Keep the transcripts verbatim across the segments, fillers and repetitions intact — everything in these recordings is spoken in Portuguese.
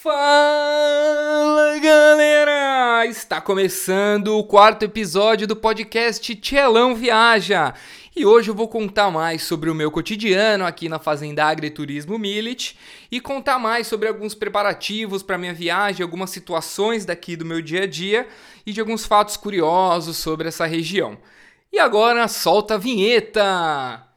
Fala, galera! Está começando o quarto episódio do podcast Tchelão Viaja. E hoje eu vou contar mais sobre o meu cotidiano aqui na Fazenda Agriturismo Millet e contar mais sobre alguns preparativos para minha viagem, algumas situações daqui do meu dia a dia e de alguns fatos curiosos sobre essa região. E agora solta a vinheta!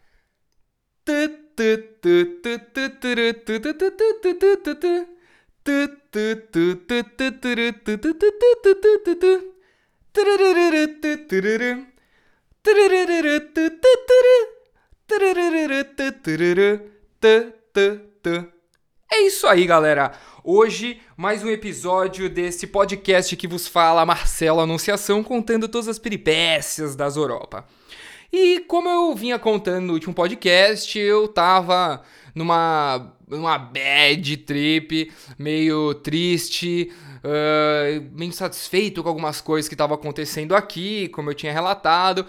É isso aí, galera. Hoje, mais um episódio desse podcast que vos fala Marcelo Anunciação, contando todas as peripécias das Europa. E como eu vinha contando no último podcast, eu tava numa, numa bad trip, meio triste, uh, meio insatisfeito com algumas coisas que estavam acontecendo aqui, como eu tinha relatado.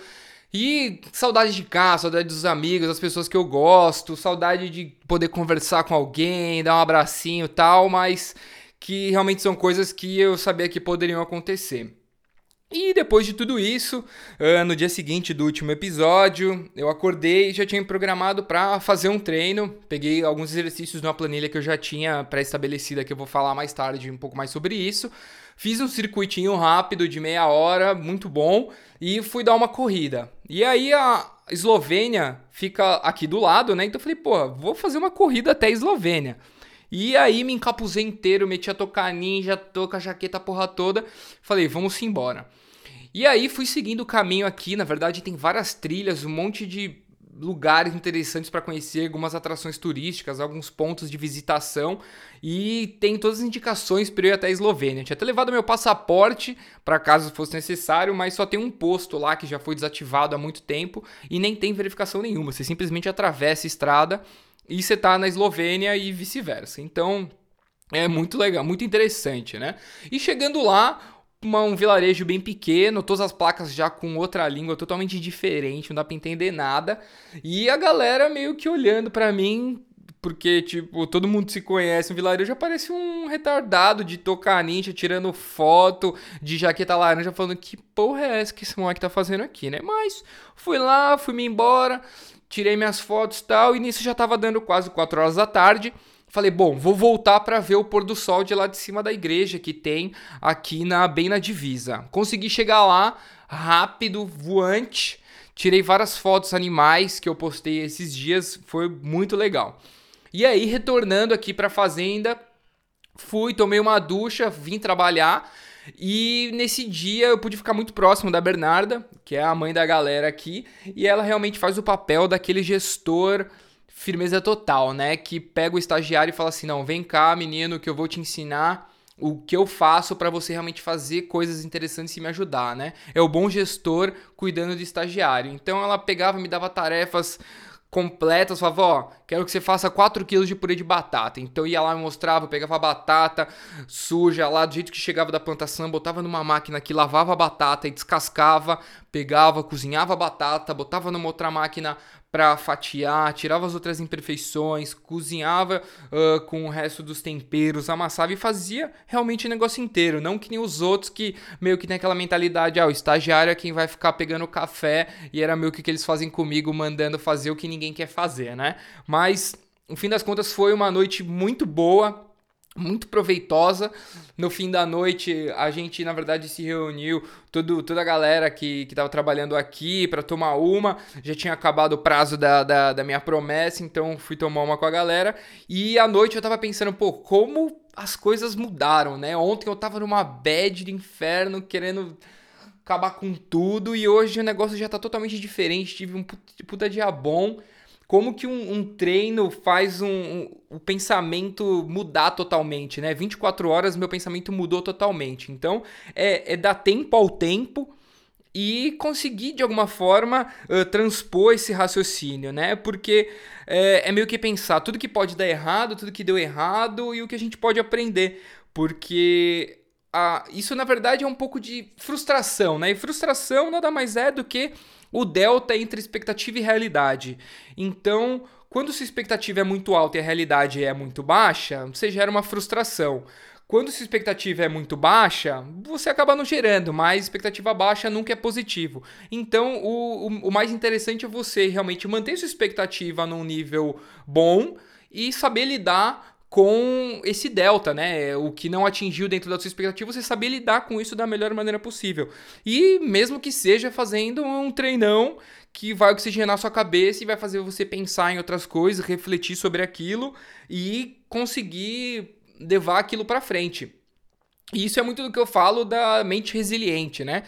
E saudade de casa, saudade dos amigos, das pessoas que eu gosto, saudade de poder conversar com alguém, dar um abracinho e tal, mas que realmente são coisas que eu sabia que poderiam acontecer. E depois de tudo isso, no dia seguinte do último episódio, eu acordei e já tinha programado para fazer um treino. Peguei alguns exercícios numa planilha que eu já tinha pré-estabelecida, que eu vou falar mais tarde um pouco mais sobre isso. Fiz um circuitinho rápido de meia hora, muito bom, e fui dar uma corrida. E aí a Eslovênia fica aqui do lado, né? Então eu falei, pô, vou fazer uma corrida até a Eslovênia. E aí me encapuzei inteiro, meti a tocar ninja, toca a jaqueta, a porra toda. Falei, vamos embora. E aí fui seguindo o caminho aqui, na verdade tem várias trilhas, um monte de lugares interessantes para conhecer, algumas atrações turísticas, alguns pontos de visitação e tem todas as indicações para eu ir até a Eslovênia. Tinha até levado meu passaporte para caso fosse necessário, mas só tem um posto lá que já foi desativado há muito tempo e nem tem verificação nenhuma, você simplesmente atravessa a estrada e você tá na Eslovênia e vice-versa. Então é muito legal, muito interessante, né? E chegando lá, Uma, um vilarejo bem pequeno, todas as placas já com outra língua totalmente diferente, não dá pra entender nada. E a galera meio que olhando pra mim, porque, tipo, todo mundo se conhece, um vilarejo já parece um retardado de tocar ninja, tirando foto de jaqueta laranja, falando que porra é essa que esse moleque tá fazendo aqui, né? Mas fui lá, fui-me embora, tirei minhas fotos e tal, e nisso já tava dando quase quatro horas da tarde. Falei, bom, vou voltar para ver o pôr do sol de lá de cima da igreja que tem aqui na, bem na divisa. Consegui chegar lá rápido, voante, tirei várias fotos animais que eu postei esses dias, foi muito legal. E aí, retornando aqui para a fazenda, fui, tomei uma ducha, vim trabalhar e nesse dia eu pude ficar muito próximo da Bernarda, que é a mãe da galera aqui, e ela realmente faz o papel daquele gestor firmeza total, né? Que pega o estagiário e fala assim, não, vem cá, menino, que eu vou te ensinar o que eu faço para você realmente fazer coisas interessantes e me ajudar, né? É o bom gestor cuidando do estagiário. Então ela pegava, me dava tarefas completas, falava, ó, quero que você faça quatro quilos de purê de batata. Então ia lá, me mostrava, eu pegava a batata suja lá, do jeito que chegava da plantação, botava numa máquina que lavava a batata e descascava, pegava, cozinhava a batata, botava numa outra máquina para fatiar, tirava as outras imperfeições, cozinhava uh, com o resto dos temperos, amassava e fazia realmente o negócio inteiro, não que nem os outros que meio que tem aquela mentalidade, ah, o estagiário é quem vai ficar pegando café e era meio que o que eles fazem comigo, mandando fazer o que ninguém quer fazer, né? Mas, no fim das contas, foi uma noite muito boa, muito proveitosa. No fim da noite a gente na verdade se reuniu, todo, toda a galera que, que tava trabalhando aqui para tomar uma, já tinha acabado o prazo da, da, da minha promessa, então fui tomar uma com a galera e à noite eu tava pensando, pô, como as coisas mudaram, né? Ontem eu tava numa bad de inferno, querendo acabar com tudo e hoje o negócio já tá totalmente diferente, tive um puta dia bom. Como que um, um treino faz um, um, o pensamento mudar totalmente, né? vinte e quatro horas meu pensamento mudou totalmente. Então, é, é dar tempo ao tempo e conseguir, de alguma forma, uh, transpor esse raciocínio, né? Porque é, é meio que pensar tudo que pode dar errado, tudo que deu errado e o que a gente pode aprender. Porque ah, isso, na verdade, é um pouco de frustração, né? E frustração nada mais é do que o delta entre expectativa e realidade. Então, Quando sua expectativa é muito alta e a realidade é muito baixa, você gera uma frustração. Quando sua expectativa é muito baixa, você acaba não gerando, mas expectativa baixa nunca é positivo. Então, o, o, o mais interessante é você realmente manter sua expectativa num nível bom e saber lidar com esse delta, né? O que não atingiu dentro da sua expectativa, você saber lidar com isso da melhor maneira possível. E mesmo que seja fazendo um treinão que vai oxigenar sua cabeça e vai fazer você pensar em outras coisas, refletir sobre aquilo e conseguir levar aquilo para frente. E isso é muito do que eu falo da mente resiliente, né?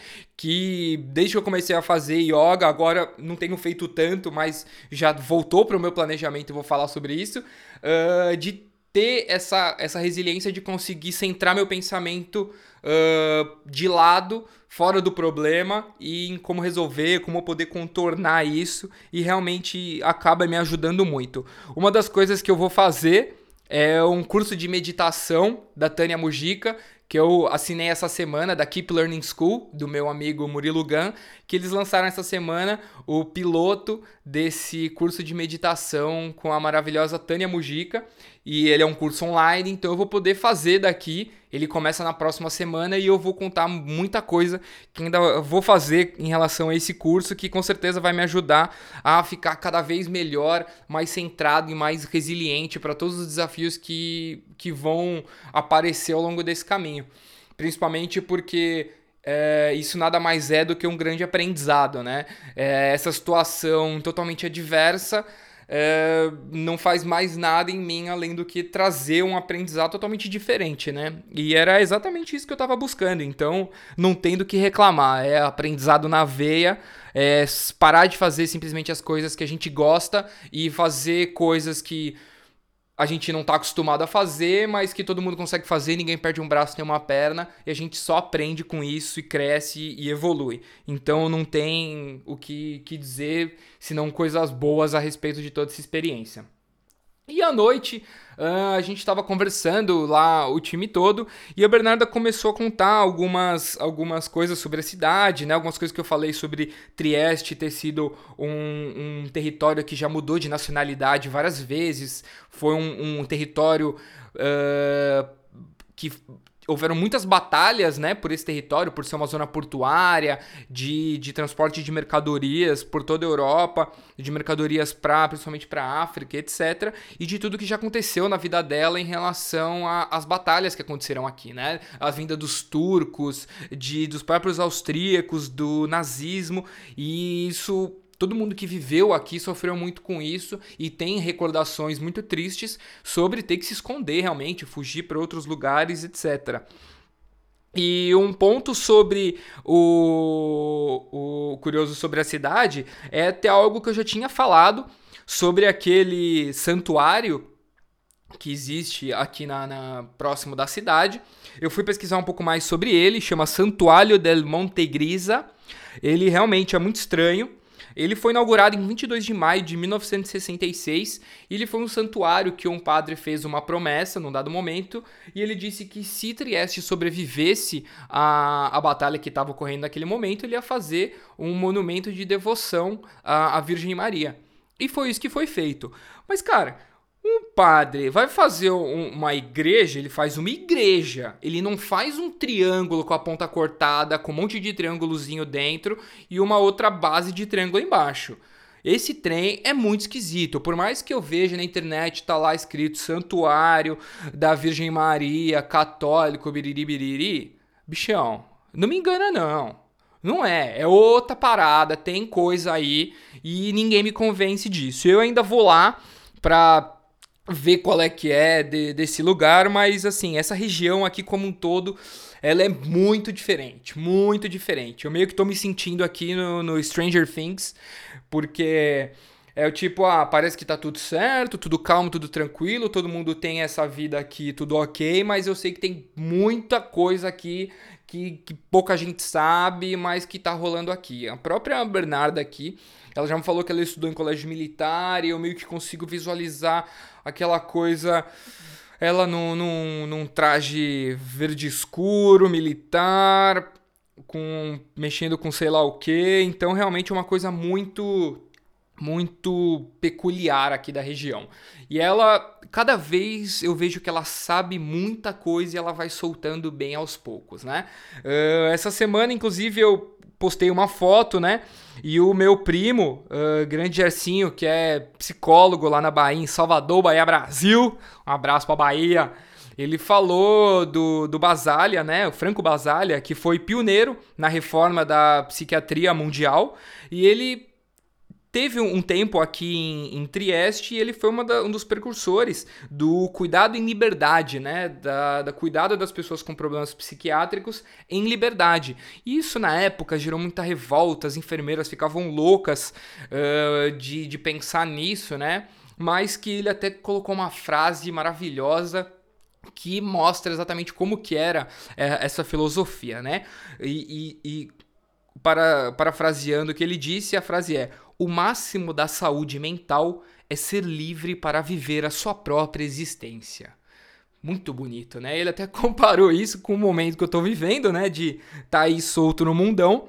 Que desde que eu comecei a fazer yoga, agora não tenho feito tanto, mas já voltou para o meu planejamento e vou falar sobre isso, uh, de ter essa, essa resiliência de conseguir centrar meu pensamento uh, de lado, fora do problema, e em como resolver, como poder contornar isso, e realmente acaba me ajudando muito. Uma das coisas que eu vou fazer é um curso de meditação da Tânia Mujica, que eu assinei essa semana, da Keep Learning School, do meu amigo Murilo Gun, que eles lançaram essa semana o piloto desse curso de meditação com a maravilhosa Tânia Mujica, e ele é um curso online, então eu vou poder fazer daqui. Ele começa na próxima semana e eu vou contar muita coisa que ainda vou fazer em relação a esse curso, que com certeza vai me ajudar a ficar cada vez melhor, mais centrado e mais resiliente para todos os desafios que, que vão aparecer ao longo desse caminho. Principalmente porque é, isso nada mais é do que um grande aprendizado, né? É, essa situação totalmente adversa É, não faz mais nada em mim além do que trazer um aprendizado totalmente diferente, né? E era exatamente isso que eu estava buscando, então não tendo que reclamar, é aprendizado na veia, é parar de fazer simplesmente as coisas que a gente gosta e fazer coisas que a gente não tá acostumado a fazer, mas que todo mundo consegue fazer, ninguém perde um braço nem uma perna, e a gente só aprende com isso e cresce e evolui. Então não tem o que, que dizer, senão coisas boas a respeito de toda essa experiência. E à noite, uh, a gente estava conversando lá, o time todo, e a Bernarda começou a contar algumas, algumas coisas sobre a cidade, né? Algumas coisas que eu falei sobre Trieste ter sido um, um território que já mudou de nacionalidade várias vezes, foi um, um território uh, que houveram muitas batalhas, né, por esse território, por ser uma zona portuária, de, de transporte de mercadorias por toda a Europa, de mercadorias pra, principalmente para a África, etcétera. E de tudo que já aconteceu na vida dela em relação às batalhas que aconteceram aqui, né? A vinda dos turcos, de, dos próprios austríacos, do nazismo, e isso... Todo mundo que viveu aqui sofreu muito com isso e tem recordações muito tristes sobre ter que se esconder realmente, fugir para outros lugares, etcétera. E um ponto sobre o, o curioso sobre a cidade é até algo que eu já tinha falado sobre aquele santuário que existe aqui na, na, próximo da cidade. Eu fui pesquisar um pouco mais sobre ele, chama Santuário del Monte Grisa. Ele realmente é muito estranho. Ele foi inaugurado em vinte e dois de maio de mil novecentos e sessenta e seis e ele foi um santuário que um padre fez uma promessa num dado momento e ele disse que se Trieste sobrevivesse à, à batalha que estava ocorrendo naquele momento, ele ia fazer um monumento de devoção à, à Virgem Maria. E foi isso que foi feito. Mas, cara... Um padre vai fazer um, uma igreja, ele faz uma igreja. Ele não faz um triângulo com a ponta cortada, com um monte de triângulozinho dentro e uma outra base de triângulo embaixo. Esse trem é muito esquisito. Por mais que eu veja na internet, tá lá escrito Santuário da Virgem Maria, católico, biriri, biriri. Bichão, não me engana não. Não é, é outra parada, tem coisa aí e ninguém me convence disso. Eu ainda vou lá pra... ver qual é que é de, desse lugar, mas assim, essa região aqui como um todo, ela é muito diferente, muito diferente. Eu meio que tô me sentindo aqui no, no Stranger Things, porque é o tipo, ah, parece que tá tudo certo, tudo calmo, tudo tranquilo, todo mundo tem essa vida aqui, tudo ok, mas eu sei que tem muita coisa aqui que, que pouca gente sabe, mas que tá rolando aqui. A própria Bernarda aqui, ela já me falou que ela estudou em colégio militar e eu meio que consigo visualizar aquela coisa, ela num, num, num traje verde escuro, militar, com, mexendo com sei lá o que. Então realmente é uma coisa muito, muito peculiar aqui da região. E ela, cada vez eu vejo que ela sabe muita coisa e ela vai soltando bem aos poucos, né? Uh, essa semana, inclusive, eu postei uma foto, né? E o meu primo, uh, grande Gercinho, que é psicólogo lá na Bahia, em Salvador, Bahia, Brasil. Um abraço pra Bahia. Ele falou do, do Basaglia, né, o Franco Basaglia, que foi pioneiro na reforma da psiquiatria mundial. E ele teve um tempo aqui em, em Trieste e ele foi uma da, um dos precursores do cuidado em liberdade, né? Da, da cuidado das pessoas com problemas psiquiátricos em liberdade. E isso, na época, gerou muita revolta, as enfermeiras ficavam loucas uh, de, de pensar nisso, né? Mas que ele até colocou uma frase maravilhosa que mostra exatamente como que era é, essa filosofia, né? E, e, e para, parafraseando o que ele disse, a frase é: o máximo da saúde mental é ser livre para viver a sua própria existência. Muito bonito, né? Ele até comparou isso com o momento que eu tô vivendo, né? De tá aí solto no mundão.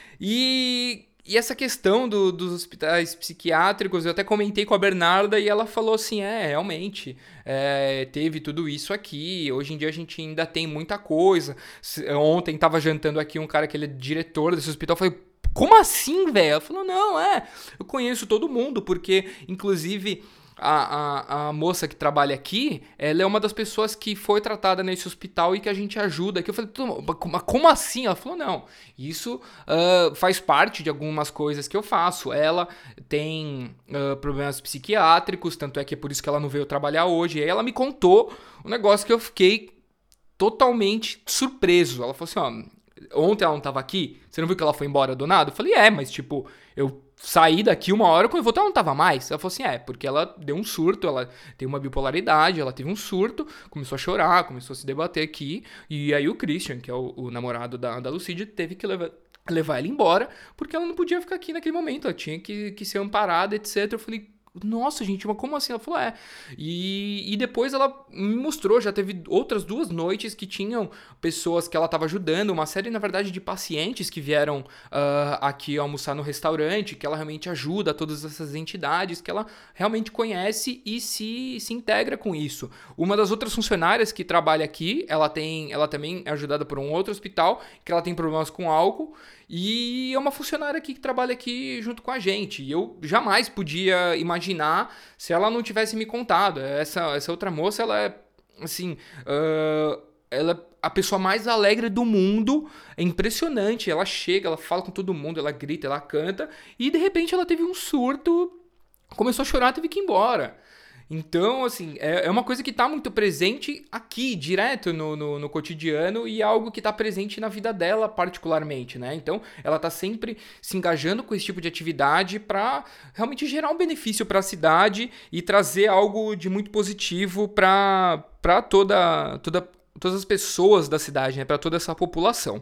E, e essa questão do, dos hospitais psiquiátricos, eu até comentei com a Bernarda e ela falou assim, é, realmente, é, teve tudo isso aqui, hoje em dia a gente ainda tem muita coisa. Ontem tava jantando aqui um cara que ele é diretor desse hospital, eu falei, como assim, velho? Ela falou, não, é, eu conheço todo mundo, porque, inclusive, a, a, a moça que trabalha aqui, ela é uma das pessoas que foi tratada nesse hospital e que a gente ajuda aqui. Eu falei, mas como assim? Ela falou, não, isso uh, faz parte de algumas coisas que eu faço. Ela tem uh, problemas psiquiátricos, tanto é que é por isso que ela não veio trabalhar hoje. E aí ela me contou um negócio que eu fiquei totalmente surpreso. Ela falou assim, ó, ontem ela não tava aqui, você não viu que ela foi embora do nada? Eu falei, é, mas tipo, eu saí daqui uma hora, quando eu voltei ela não tava mais. Ela falou assim, é, porque ela deu um surto, ela tem uma bipolaridade, ela teve um surto, começou a chorar, começou a se debater aqui, e aí o Christian, que é o, o namorado da, da Lucídia, teve que levar, levar ela embora, porque ela não podia ficar aqui naquele momento, ela tinha que, que ser amparada, etcétera. Eu falei, nossa, gente, mas como assim? Ela falou, é. E, e depois ela me mostrou, já teve outras duas noites que tinham pessoas que ela estava ajudando, uma série, na verdade, de pacientes que vieram uh, aqui almoçar no restaurante, que ela realmente ajuda todas essas entidades, que ela realmente conhece e se, se integra com isso. Uma das outras funcionárias que trabalha aqui, ela, tem, ela também é ajudada por um outro hospital, que ela tem problemas com álcool, e é uma funcionária aqui que trabalha aqui junto com a gente. E eu jamais podia imaginar se ela não tivesse me contado. Essa, essa outra moça, ela é, assim, uh, ela é a pessoa mais alegre do mundo. É impressionante. Ela chega, ela fala com todo mundo, ela grita, ela canta. E, de repente, ela teve um surto, começou a chorar, teve que ir embora. Então, assim, é, é uma coisa que está muito presente aqui, direto no, no, no cotidiano, e algo que está presente na vida dela particularmente, né? Então, ela está sempre se engajando com esse tipo de atividade para realmente gerar um benefício para a cidade e trazer algo de muito positivo para para toda, toda, todas as pessoas da cidade, né? Para toda essa população.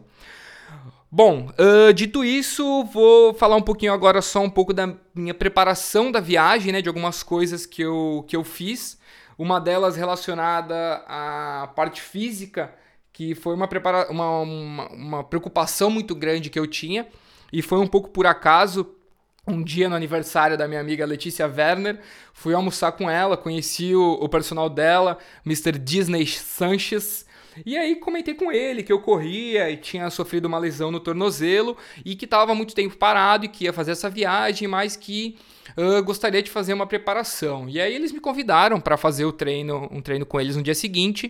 Bom, uh, dito isso, vou falar um pouquinho agora só um pouco da minha preparação da viagem, né, de algumas coisas que eu, que eu fiz. Uma delas relacionada à parte física, que foi uma, prepara- uma, uma, uma preocupação muito grande que eu tinha, e foi um pouco por acaso. Um dia no aniversário da minha amiga Letícia Werner, fui almoçar com ela, conheci o, o personal dela, mister Disney Sanchez. E aí comentei com ele que eu corria e tinha sofrido uma lesão no tornozelo e que estava há muito tempo parado e que ia fazer essa viagem, mas que uh, gostaria de fazer uma preparação. E aí eles me convidaram para fazer o treino, um treino com eles no dia seguinte.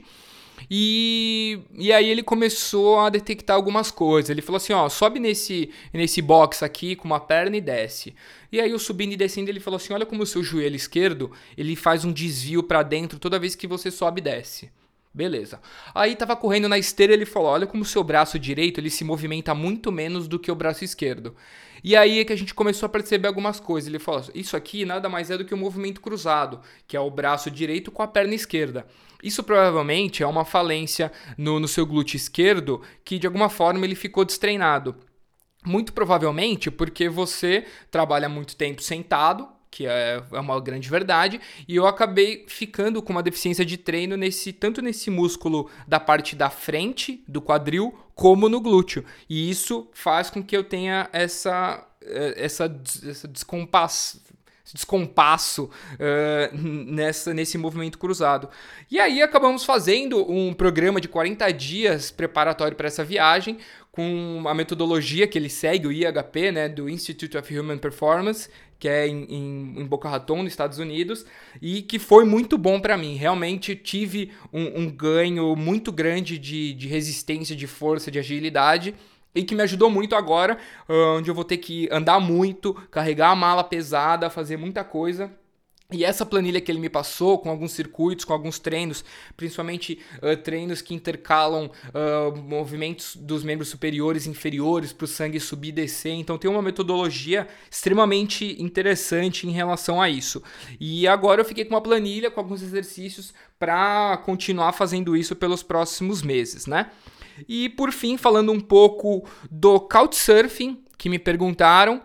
E, e aí ele começou a detectar algumas coisas. Ele falou assim, ó, sobe nesse, nesse box aqui com uma perna e desce. E aí eu subindo e descendo, ele falou assim, olha como o seu joelho esquerdo, ele faz um desvio para dentro toda vez que você sobe e desce. Beleza. Aí tava correndo na esteira e ele falou, olha como o seu braço direito ele se movimenta muito menos do que o braço esquerdo. E aí é que a gente começou a perceber algumas coisas. Ele falou, isso aqui nada mais é do que um movimento cruzado, que é o braço direito com a perna esquerda. Isso provavelmente é uma falência no, no seu glúteo esquerdo, que de alguma forma ele ficou destreinado. Muito provavelmente porque você trabalha muito tempo sentado, que é uma grande verdade, e eu acabei ficando com uma deficiência de treino nesse, tanto nesse músculo da parte da frente do quadril, como no glúteo. E isso faz com que eu tenha essa, essa, essa descompass... descompasso uh, nessa, nesse movimento cruzado. E aí acabamos fazendo um programa de quarenta dias preparatório para essa viagem, com a metodologia que ele segue, o I H P, né, do Institute of Human Performance, que é em, em, em Boca Raton, nos Estados Unidos, e que foi muito bom para mim. Realmente tive um, um ganho muito grande de, de resistência, de força, de agilidade, e que me ajudou muito agora, onde eu vou ter que andar muito, carregar a mala pesada, fazer muita coisa. E essa planilha que ele me passou, com alguns circuitos, com alguns treinos, principalmente uh, treinos que intercalam uh, movimentos dos membros superiores e inferiores para o sangue subir e descer. Então tem uma metodologia extremamente interessante em relação a isso. E agora eu fiquei com uma planilha com alguns exercícios para continuar fazendo isso pelos próximos meses, né? E por fim, falando um pouco do Couchsurfing, que me perguntaram.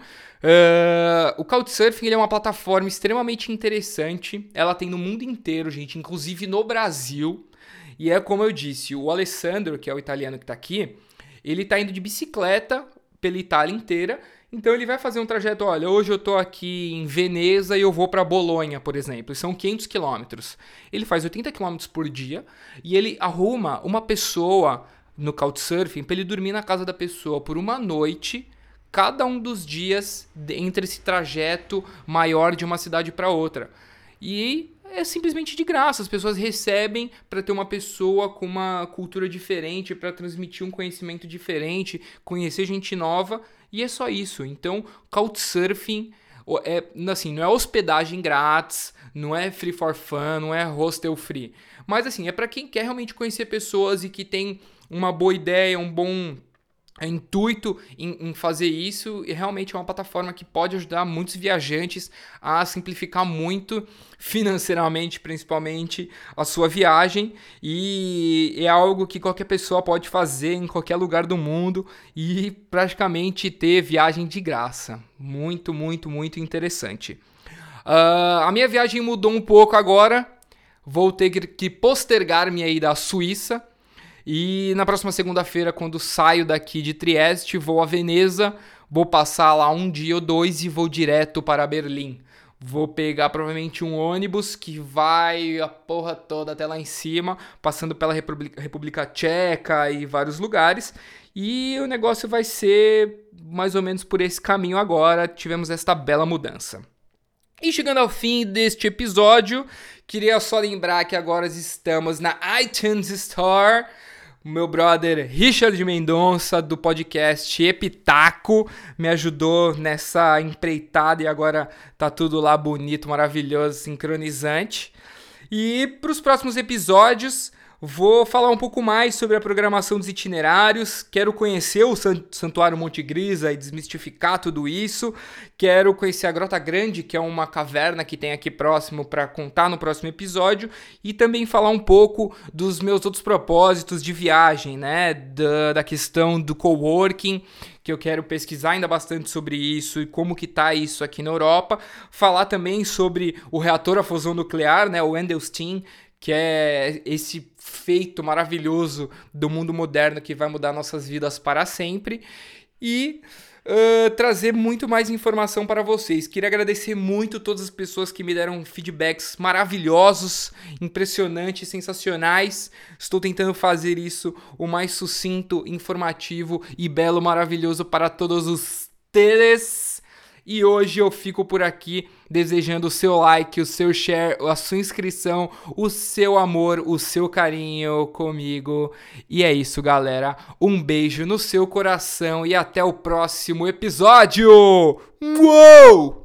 Uh, o Couchsurfing ele é uma plataforma extremamente interessante. Ela tem no mundo inteiro, gente, inclusive no Brasil. E é como eu disse, o Alessandro, que é o italiano que tá aqui, ele tá indo de bicicleta pela Itália inteira. Então ele vai fazer um trajeto, olha, hoje eu tô aqui em Veneza e eu vou para Bolonha, por exemplo. São quinhentos quilômetros. Ele faz oitenta quilômetros por dia e ele arruma uma pessoa no Couchsurfing para ele dormir na casa da pessoa por uma noite, cada um dos dias entre esse trajeto maior de uma cidade para outra. E é simplesmente de graça, as pessoas recebem para ter uma pessoa com uma cultura diferente, para transmitir um conhecimento diferente, conhecer gente nova, e é só isso. Então, Couchsurfing é, assim, não é hospedagem grátis, não é free for fun, não é hostel free, mas assim, é para quem quer realmente conhecer pessoas e que tem uma boa ideia, um bom intuito em, em fazer isso, e realmente é uma plataforma que pode ajudar muitos viajantes a simplificar muito financeiramente, principalmente, a sua viagem, e é algo que qualquer pessoa pode fazer em qualquer lugar do mundo e praticamente ter viagem de graça. Muito, muito, muito interessante. Uh, a minha viagem mudou um pouco agora, vou ter que postergar minha ida à Suíça. E na próxima segunda-feira, quando saio daqui de Trieste, vou a Veneza, vou passar lá um dia ou dois e vou direto para Berlim. Vou pegar provavelmente um ônibus que vai a porra toda até lá em cima, passando pela República, República Tcheca e vários lugares. E o negócio vai ser mais ou menos por esse caminho agora, tivemos esta bela mudança. E chegando ao fim deste episódio, queria só lembrar que agora estamos na iTunes Store. O meu brother Richard Mendonça, do podcast Epitaco, me ajudou nessa empreitada e agora tá tudo lá bonito, maravilhoso, sincronizante. E para os próximos episódios, vou falar um pouco mais sobre a programação dos itinerários, quero conhecer o Santuário Monte Grisa e desmistificar tudo isso, quero conhecer a Grota Grande, que é uma caverna que tem aqui próximo para contar no próximo episódio, e também falar um pouco dos meus outros propósitos de viagem, né, da, da questão do coworking, que eu quero pesquisar ainda bastante sobre isso e como que tá isso aqui na Europa, falar também sobre o reator a fusão nuclear, né, o Wendelstein, que é esse feito maravilhoso do mundo moderno que vai mudar nossas vidas para sempre, e uh, trazer muito mais informação para vocês. Queria agradecer muito todas as pessoas que me deram feedbacks maravilhosos, impressionantes, sensacionais. Estou tentando fazer isso o mais sucinto, informativo e belo, maravilhoso para todos os teles. E hoje eu fico por aqui desejando o seu like, o seu share, a sua inscrição, o seu amor, o seu carinho comigo. E é isso, galera. Um beijo no seu coração e até o próximo episódio! Uou!